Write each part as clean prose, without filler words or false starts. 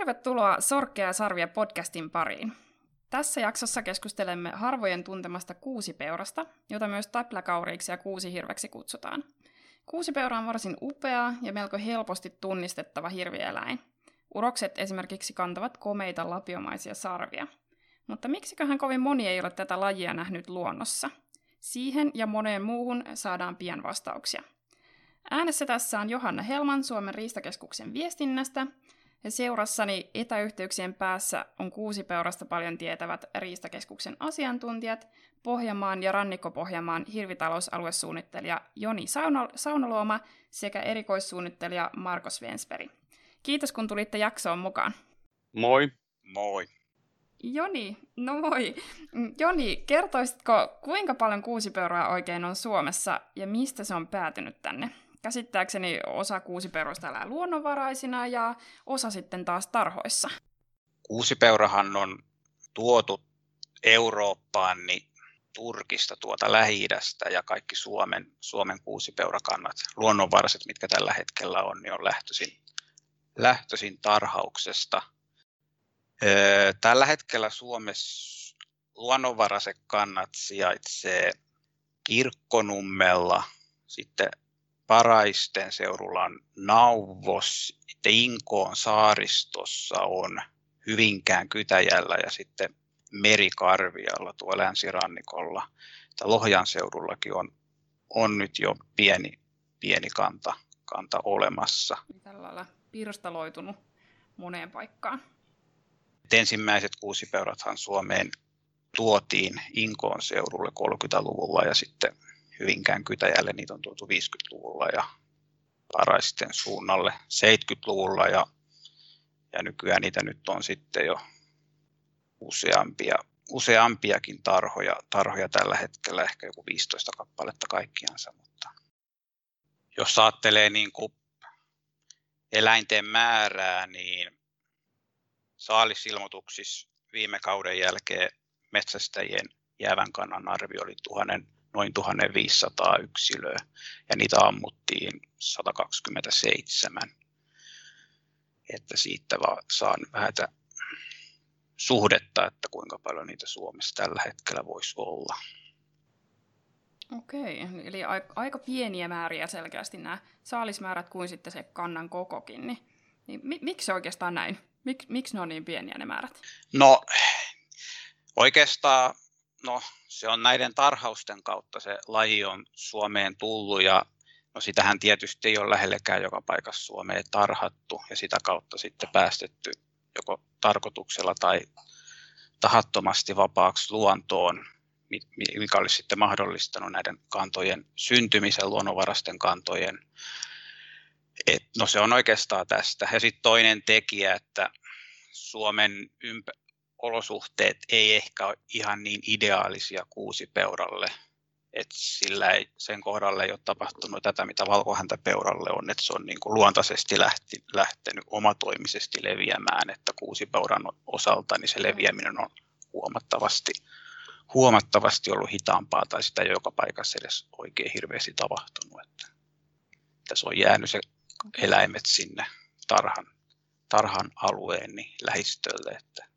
Tervetuloa Sorkkeja ja sarvia podcastin pariin. Tässä jaksossa keskustelemme harvojen tuntemasta kuusipeurasta, jota myös täpläkauriiksi ja kuusihirveksi kutsutaan. Kuusipeura on varsin upea ja melko helposti tunnistettava hirvieläin. Urokset esimerkiksi kantavat komeita lapiomaisia sarvia. Mutta miksiköhän kovin moni ei ole tätä lajia nähnyt luonnossa? Siihen ja moneen muuhun saadaan pian vastauksia. Äänessä tässä on Johanna Helman Suomen riistakeskuksen viestinnästä, ja seurassani etäyhteyksien päässä on kuusipeurasta paljon tietävät riistakeskuksen asiantuntijat, Pohjanmaan ja Rannikko-Pohjanmaan hirvitalousaluesuunnittelija Joni Saunaluoma sekä erikoissuunnittelija Marko Svensberg. Kiitos kun tulitte jaksoon mukaan. Moi. Moi. Joni, kertoisitko kuinka paljon kuusipeuraa oikein on Suomessa ja mistä se on päätynyt tänne? Käsittääkseni osa kuusipeuroista elää luonnonvaraisina ja osa sitten taas tarhoissa. Kuusipeurahan on tuotu Eurooppaan niin Turkista tuota Lähi-idästä ja kaikki Suomen kuusipeurakannat, luonnonvaraiset, mitkä tällä hetkellä on, niin on lähtöisin tarhauksesta. Tällä hetkellä Suomessa luonnonvaraiset kannat sijaitsee Kirkkonummella, sitten Paraisten seudulla on Nauvos, Inkoon saaristossa on Hyvinkään Kytäjällä ja sitten Merikarvialla tuolla länsirannikolla. Lohjan seudullakin on nyt jo pieni kanta olemassa. Tällä lailla pirstaloitunut moneen paikkaan. Ensimmäiset kuusipeurathan Suomeen tuotiin Inkoon seudulle 30-luvulla ja sitten Hyvinkään Kytäjälle niitä on tuotu 50-luvulla ja Paraisten suunnalle 70-luvulla ja nykyään niitä nyt on sitten jo useampiakin tarhoja tällä hetkellä, ehkä joku 15 kappaletta kaikkiansa. Mutta jos ajattelee niin kuin eläinten määrää, niin saalisilmoituksissa viime kauden jälkeen metsästäjien jäävän kannan arvio oli noin 1500 yksilöä ja niitä ammuttiin 127. Että siitä vaan saan vähän suhdetta, että kuinka paljon niitä Suomessa tällä hetkellä voisi olla. Okei, eli aika pieniä määriä selkeästi nämä saalismäärät kuin sitten se kannan kokokin. Niin miksi se oikeastaan näin? Miksi ne on niin pieniä ne määrät? No oikeastaan se on näiden tarhausten kautta se laji on Suomeen tullut ja sitähän tietysti ei ole lähellekään joka paikassa Suomeen tarhattu ja sitä kautta sitten päästetty joko tarkoituksella tai tahattomasti vapaaksi luontoon, mikä olisi sitten mahdollistanut näiden kantojen syntymisen, luonnonvaraisten kantojen. Se on oikeastaan tästä. Ja sitten toinen tekijä, että Suomen olosuhteet ei ehkä ole ihan niin ideaalisia kuusipeuralle, että sen kohdalle ei ole tapahtunut tätä, mitä valkohäntäpeuralle on, että se on niin kuin luontaisesti lähtenyt omatoimisesti leviämään, että kuusipeuran osalta niin se leviäminen on huomattavasti ollut hitaampaa tai sitä ei ole joka paikassa edes oikein hirveästi tapahtunut, että tässä on jäänyt se eläimet sinne tarhan alueen niin lähistölle, että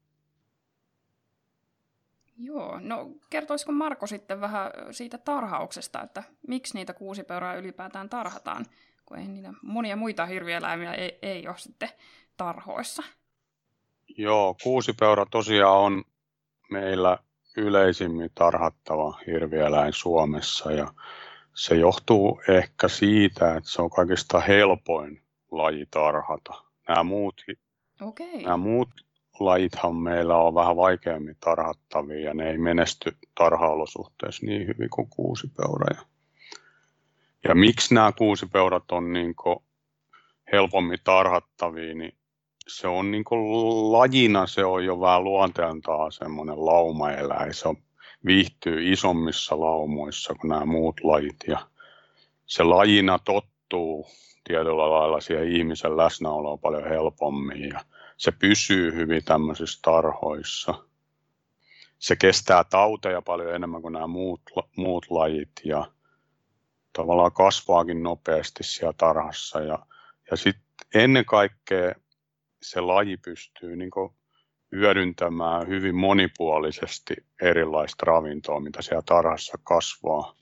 Joo, no kertoisiko Marko sitten vähän siitä tarhauksesta, että miksi niitä kuusipeuraa ylipäätään tarhataan, kun ei niitä monia muita hirvieläimiä ei ole sitten tarhoissa? Joo, kuusipeura tosiaan on meillä yleisimmin tarhattava hirvieläin Suomessa ja se johtuu ehkä siitä, että se on kaikista helpoin laji tarhata. Nämä muut lajithan meillä on vähän vaikeammin tarhattavia ja ne ei menesty tarhaolosuhteessa niin hyvin kuin kuusipeura. Ja miksi nämä kuusipeurat on niin helpommin tarhattavia, niin se on niin lajina se on jo vähän luonteeltaan semmoinen laumaeläin. Se viihtyy isommissa laumoissa kuin nämä muut lajit ja se lajina tottuu tietyllä lailla siihen ihmisen läsnäoloon paljon helpommin ja se pysyy hyvin tämmöisissä tarhoissa. Se kestää tauteja paljon enemmän kuin nämä muut lajit ja tavallaan kasvaakin nopeasti siellä tarhassa. Ja sitten ennen kaikkea se laji pystyy niin kuin hyödyntämään hyvin monipuolisesti erilaista ravintoa, mitä siellä tarhassa kasvaa.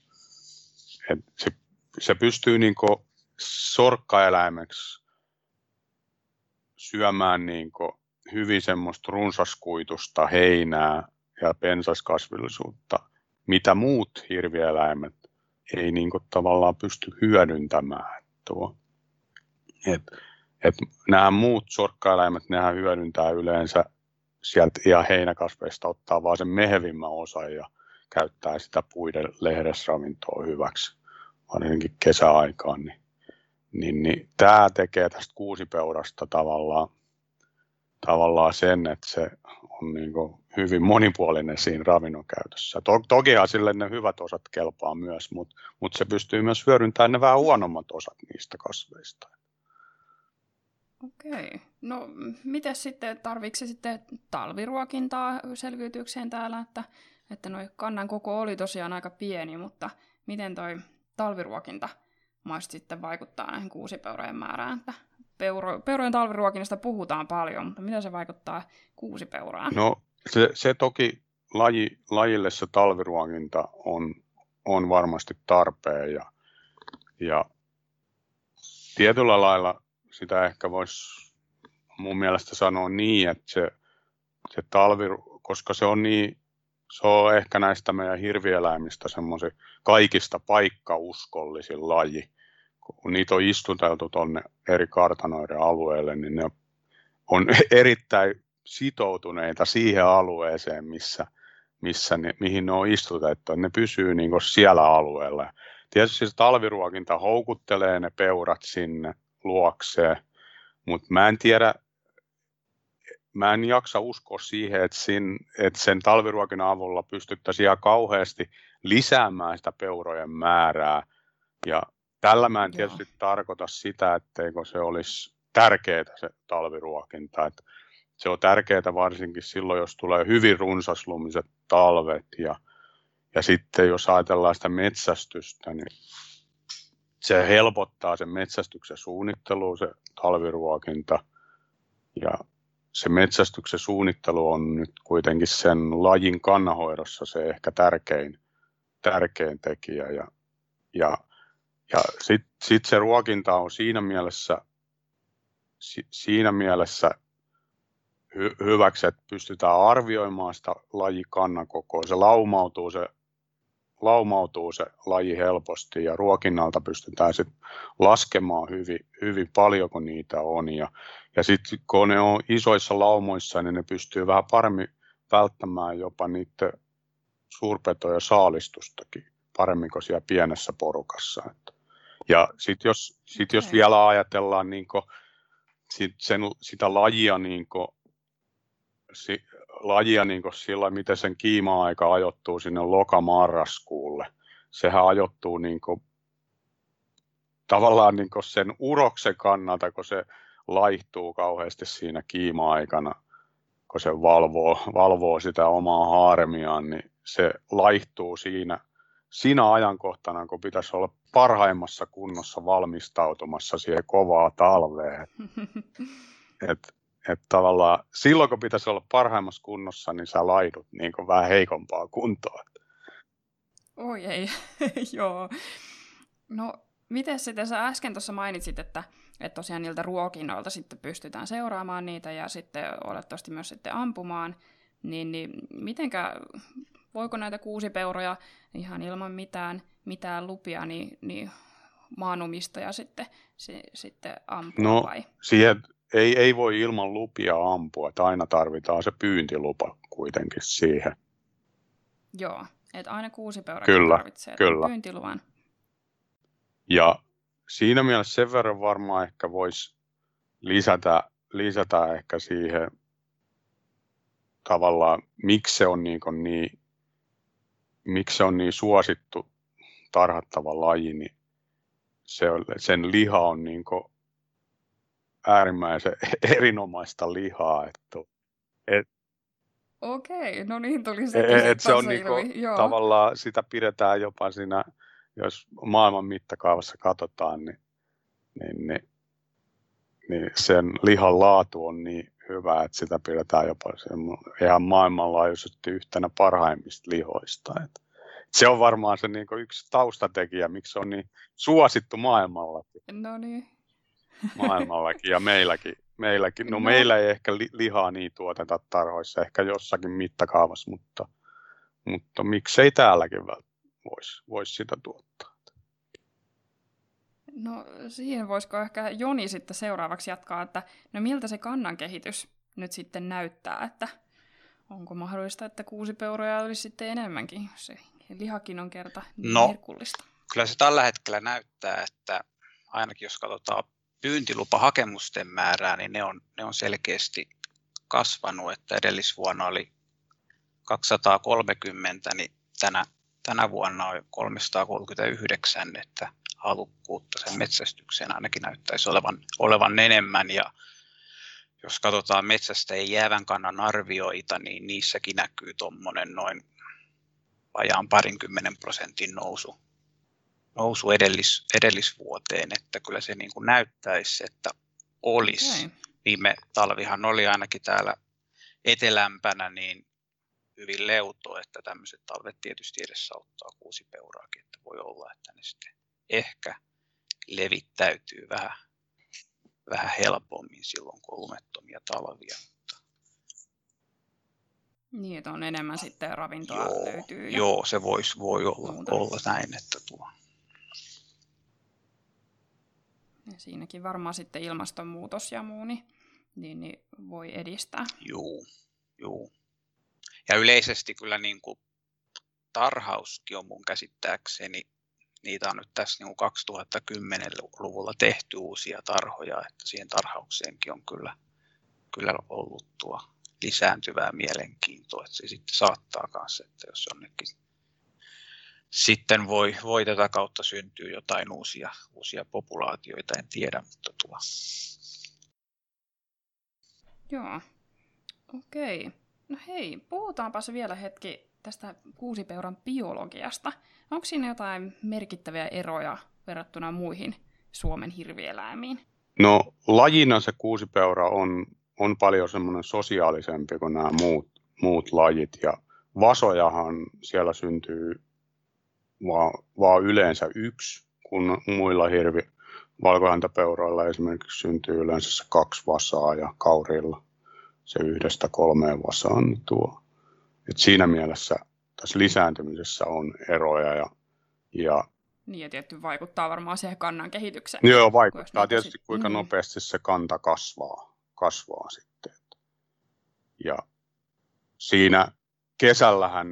Se pystyy niin kuin sorkkaeläimeksi syömään niin kuin hyvin semmoista runsaskuitusta heinää ja pensaskasvillisuutta, mitä muut hirvieläimet ei niin kuin tavallaan pysty hyödyntämään. Nämä muut sorkkaeläimet, nehän hyödyntää yleensä sieltä ihan heinäkasveista, ottaa vaan sen mehevimmän osan ja käyttää sitä puiden lehdesravintoa hyväksi, varsinkin kesäaikaan. Niin tämä tekee tästä kuusipeurasta tavallaan sen, että se on niin kuin hyvin monipuolinen siinä ravinnon käytössä. Tokihan sille ne hyvät osat kelpaa myös, mutta se pystyy myös hyödyntämään ne vähän huonommat osat niistä kasveista. Okei. No, miten sitten, tarviiko se sitten talviruokintaa selviytykseen täällä, että noi kannan koko oli tosiaan aika pieni, mutta miten toi talviruokinta mahdollisesti sitten vaikuttaa näihin kuusipeurojen määrään? Että peurojen talviruokinnasta puhutaan paljon, mutta miten se vaikuttaa kuusipeuraan? No, se toki lajille se talviruokinta on varmasti tarpeen ja tietyllä lailla sitä ehkä voisi mun mielestä sanoa niin, että se koska se on ehkä näistä meidän hirvieläimistä semmoisen kaikista paikkauskollisin laji. Kun niitä on istuteltu tuonne eri kartanoiden alueelle, niin ne on erittäin sitoutuneita siihen alueeseen, mihin ne on istutettu. Ne pysyy niin kuin siellä alueella. Tietysti se talviruokinta houkuttelee ne peurat sinne luokseen, mutta mä en jaksa uskoa siihen, että sen talviruokinnan avulla pystyttäisiin ihan kauheasti lisäämään sitä peurojen määrää. Ja tällä mä en tietysti tarkoita sitä, etteikö se olisi tärkeää se talviruokinta. Että se on tärkeää varsinkin silloin, jos tulee hyvin runsaslumiset talvet. Ja sitten jos ajatellaan sitä metsästystä, niin se helpottaa sen metsästyksen suunnittelua, se talviruokinta. Ja se metsästyksen suunnittelu on nyt kuitenkin sen lajin kannanhoidossa se ehkä tärkein tekijä. Ja sitten se ruokinta on siinä mielessä hyväksi, että pystytään arvioimaan sitä lajikannan kokoa. Se laumautuu se laji helposti ja ruokinnalta pystytään sitten laskemaan hyvin paljon, kun niitä on. Ja sitten kun ne on isoissa laumoissa, niin ne pystyy vähän paremmin välttämään jopa niiden suurpetojen saalistustakin paremmin kuin siellä pienessä porukassa. Ja sitten jos vielä ajatellaan sitä lajia sillä, miten sen kiima-aika ajoittuu sinne loka-marraskuulle. Sehän ajoittuu tavallaan sen uroksen kannalta, kun se laihtuu kauheasti siinä kiima-aikana, kun se valvoo sitä omaa haaremiaan, niin se laihtuu siinä ajankohtana, kun pitäisi olla parhaimmassa kunnossa valmistautumassa siihen kovaa talveen. Että tavallaan silloin, kun pitäisi olla parhaimmassa kunnossa, niin sä laidut vähän heikompaa kuntoa. Oi ei, joo. No, miten sitten sä äsken tuossa mainitsit, että tosiaan niiltä ruokinnoilta sitten pystytään seuraamaan niitä ja sitten olettavasti myös sitten ampumaan, niin voiko näitä kuusipeuroja ihan ilman mitään lupia, niin maanomistaja sitten ampua vai? No, siihen ei voi ilman lupia ampua, että aina tarvitaan se pyyntilupa kuitenkin siihen. Joo, että aina kuusipeura tarvitsee pyyntiluvan. Ja siinä mielessä sen verran varmaan ehkä voisi lisätä ehkä siihen tavallaan, miksi se on niin suosittu tarhattava laji, niin sen liha on äärimmäisen erinomaista lihaa. Okei, no niin tuli sekin. Se on tavallaan, sitä pidetään jopa siinä, jos maailman mittakaavassa katsotaan, niin niin sen lihan laatu on niin hyvä, että sitä pidetään jopa ihan maailmanlaajuisesti yhtenä parhaimmista lihoista. Se on varmaan se niin kuin yksi taustatekijä, miksi se on niin suosittu maailmallakin. No niin. Maailmallakin ja meilläkin. No meillä ei ehkä lihaa niin tuoteta tarhoissa, ehkä jossakin mittakaavassa, mutta miksei täälläkin voisi sitä tuottaa. No siihen voisiko ehkä Joni sitten seuraavaksi jatkaa, että no miltä se kannan kehitys nyt sitten näyttää, että onko mahdollista, että kuusipeuroja olisi sitten enemmänkin, jos se lihakin on kerta niin herkullista? Kyllä se tällä hetkellä näyttää, että ainakin jos katsotaan pyyntilupahakemusten määrää, niin ne on selkeästi kasvanut, että edellisvuonna oli 230, niin tänä vuonna on 339, että halukkuutta sen metsästykseen ainakin näyttäisi olevan enemmän. Ja jos katsotaan metsästäjien jäävän kannan arvioita, niin niissäkin näkyy tuommoinen noin vajaan 20% nousu edellisvuoteen, että kyllä se niin kuin näyttäisi, että olisi. Okay. Viime talvihan oli ainakin täällä etelämpänä niin hyvin leuto, että tämmöiset talvet tietysti edesauttaa kuusipeuraakin, että voi olla, että ne sitten ehkä levittäytyy vähän helpommin silloin, kun on lumettomia talvia. Niin, että on enemmän sitten ravintoa löytyy. Joo, se voi olla näin, että tuo. Ja siinäkin varmaan sitten ilmastonmuutos ja muu niin voi edistää. Joo. Ja yleisesti kyllä niin kuin tarhauskin on mun käsittääkseni, niitä on nyt tässä niin kuin 2010-luvulla tehty uusia tarhoja, että siihen tarhaukseenkin on kyllä ollut tuo lisääntyvää mielenkiintoa, että se sitten saattaa kanssa, että jos jonnekin sitten voi tätä kautta syntyä jotain uusia populaatioita, en tiedä, mutta tuo. Joo, okei. No hei, puhutaanpas vielä hetki tästä kuusipeuran biologiasta. Onko siinä jotain merkittäviä eroja verrattuna muihin Suomen hirvieläimiin? No lajina se kuusipeura on paljon semmoinen sosiaalisempi kuin nämä muut lajit. Ja vasojahan siellä syntyy vaan yleensä yksi, kun muilla valkohäntäpeuroilla esimerkiksi syntyy yleensä se 2 vasaa ja kaurilla se 1-3 vasaan. Niin et siinä mielessä tässä lisääntymisessä on eroja. Niin ja tietty vaikuttaa varmaan siihen kannan kehitykseen. Joo, vaikuttaa tietysti kuinka nopeasti se kanta kasvaa sitten. Ja siinä kesällähän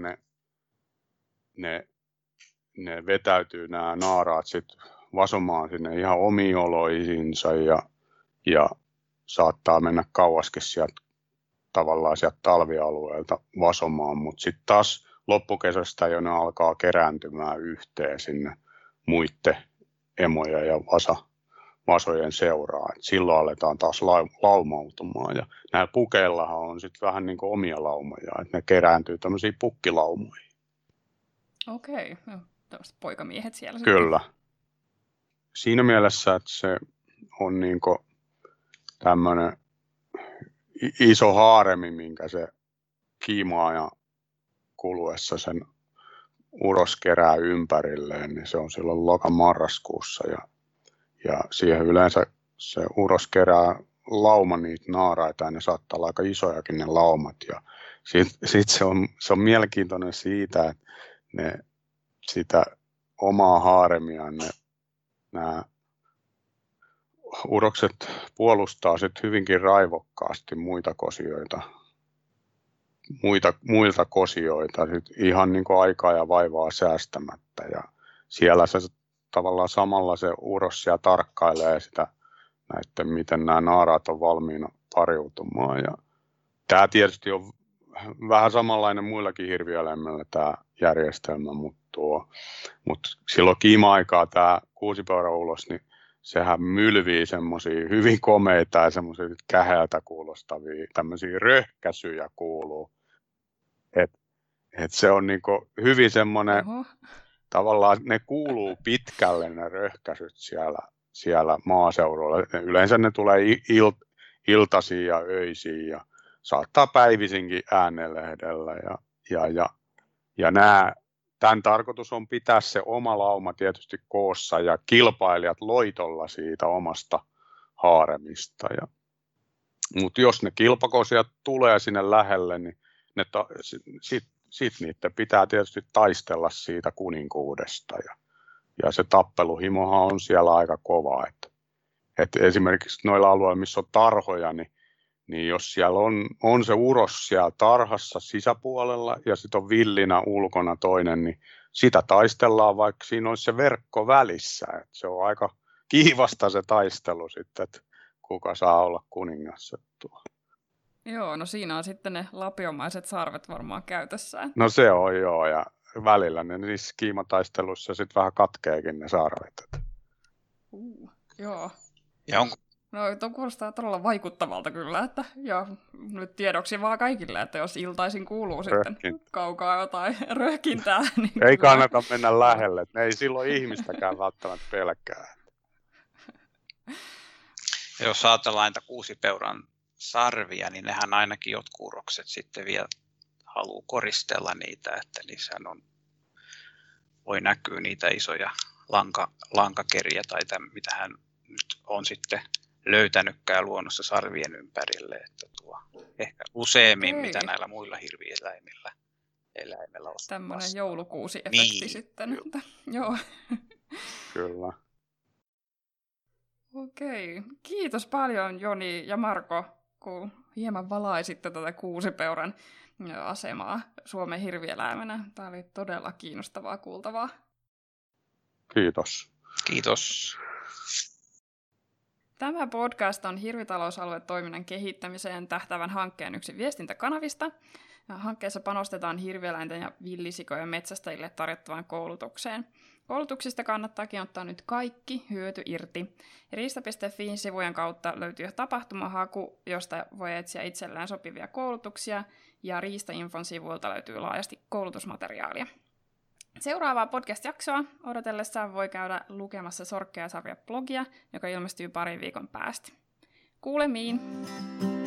ne vetäytyy nämä naaraat sitten vasomaan sinne ihan omiin oloihinsa ja saattaa mennä kauaskin sieltä talvialueelta vasomaan, mutta sitten taas loppukesästä jo ne alkaa kerääntymään yhteen sinne muiden emoja ja vasojen seuraa. Et silloin aletaan taas laumautumaan ja näillä pukeillahan on sitten vähän niin kuin omia laumoja, että ne kerääntyy tämmöisiin pukkilaumoihin. Okei, tämmöiset poikamiehet siellä. Kyllä. Sitten. Siinä mielessä, että se on niin kuin tämmöinen iso haaremi, minkä se kiimaa ja kuluessa sen uros kerää ympärilleen, niin se on silloin loka-marraskuussa ja siihen yleensä se uros kerää lauma niitä naaraita ja ne saattaa olla aika isojakin ne laumat ja sit se on mielenkiintoinen siitä, että ne sitä omaa haaremiaan nämä urokset puolustaa sit hyvinkin raivokkaasti muilta kosioita sit ihan niin kuin aikaa ja vaivaa säästämättä ja siellä se tavallaan samalla se uros siellä tarkkailee sitä näiden, miten nämä naaraat on valmiina pariutumaan ja tämä tietysti on vähän samanlainen muillakin hirvieläimillä tämä järjestelmä, mutta silloin kiima-aikaa tämä kuusipeuraulos, niin sehän mylvii semmoisia hyvin komeita ja semmoisia käheältä kuulostavia tämmöisiä röhkäisyjä kuuluu. Et se on niinku hyvin semmoinen, tavallaan ne kuuluu pitkälle ne röhkäisyt siellä siellä maaseudulla. Yleensä ne tulee iltasiin ja öisiin ja saattaa päivisinkin äänenlehdellä. Ja tämän tarkoitus on pitää se oma lauma tietysti koossa ja kilpailijat loitolla siitä omasta haaremista. Mutta jos ne kilpakosijat tulee sinne lähelle, niin sitten niiden pitää tietysti taistella siitä kuninkuudesta. Ja se tappeluhimohan on siellä aika kova. Että esimerkiksi noilla alueilla, missä on tarhoja, niin jos siellä on se uros siellä tarhassa sisäpuolella ja sitten on villinä ulkona toinen, niin sitä taistellaan, vaikka siinä olisi se verkko välissä. Et se on aika kiivasta se taistelu sitten, että kuka saa olla kuningas. Joo, no siinä on sitten ne lapiomaiset sarvet varmaan käytössään. No se on joo, ja välillä ne niissä kiimataisteluissa sitten vähän katkeekin ne sarvet. Joo. Ja onko? No tuo kuulostaa todella vaikuttavalta kyllä, että ja nyt tiedoksi vaan kaikille, että jos iltaisin kuuluu sitten kaukaa jotain röhkintää, niin ei kannata mennä lähelle, ne ei silloin ihmistäkään välttämättä pelkää. Ja jos ajatellaan näitä kuusipeuran sarvia, niin nehän ainakin jotkut urokset sitten vielä haluaa koristella niitä, että niissä voi näkyä niitä isoja lankakeriä tai mitä hän nyt on sitten löytänytkään luonnossa sarvien ympärille, että ehkä useammin mitä näillä muilla hirvieläimillä on. Tämmöinen joulukuusi-efekti niin, sitten. Joo. Kyllä. Okei. Kiitos paljon Joni ja Marko, kun hieman valaisitte tätä kuusipeuran asemaa Suomen hirvieläimenä. Tämä oli todella kiinnostavaa kuultavaa. Kiitos. Kiitos. Tämä podcast on hirvitalousaluetoiminnan kehittämiseen tähtäävän hankkeen yksi viestintäkanavista. Hankkeessa panostetaan hirvieläinten ja villisikojen metsästäjille tarjottavaan koulutukseen. Koulutuksista kannattaakin ottaa nyt kaikki hyöty irti. Riista.fiin sivujen kautta löytyy tapahtumahaku, josta voi etsiä itselleen sopivia koulutuksia, ja Riista.infon sivuilta löytyy laajasti koulutusmateriaalia. Seuraavaa podcast-jaksoa odotellessaan voi käydä lukemassa Sorkkeja Sarvia blogia, joka ilmestyy parin viikon päästä. Kuulemiin!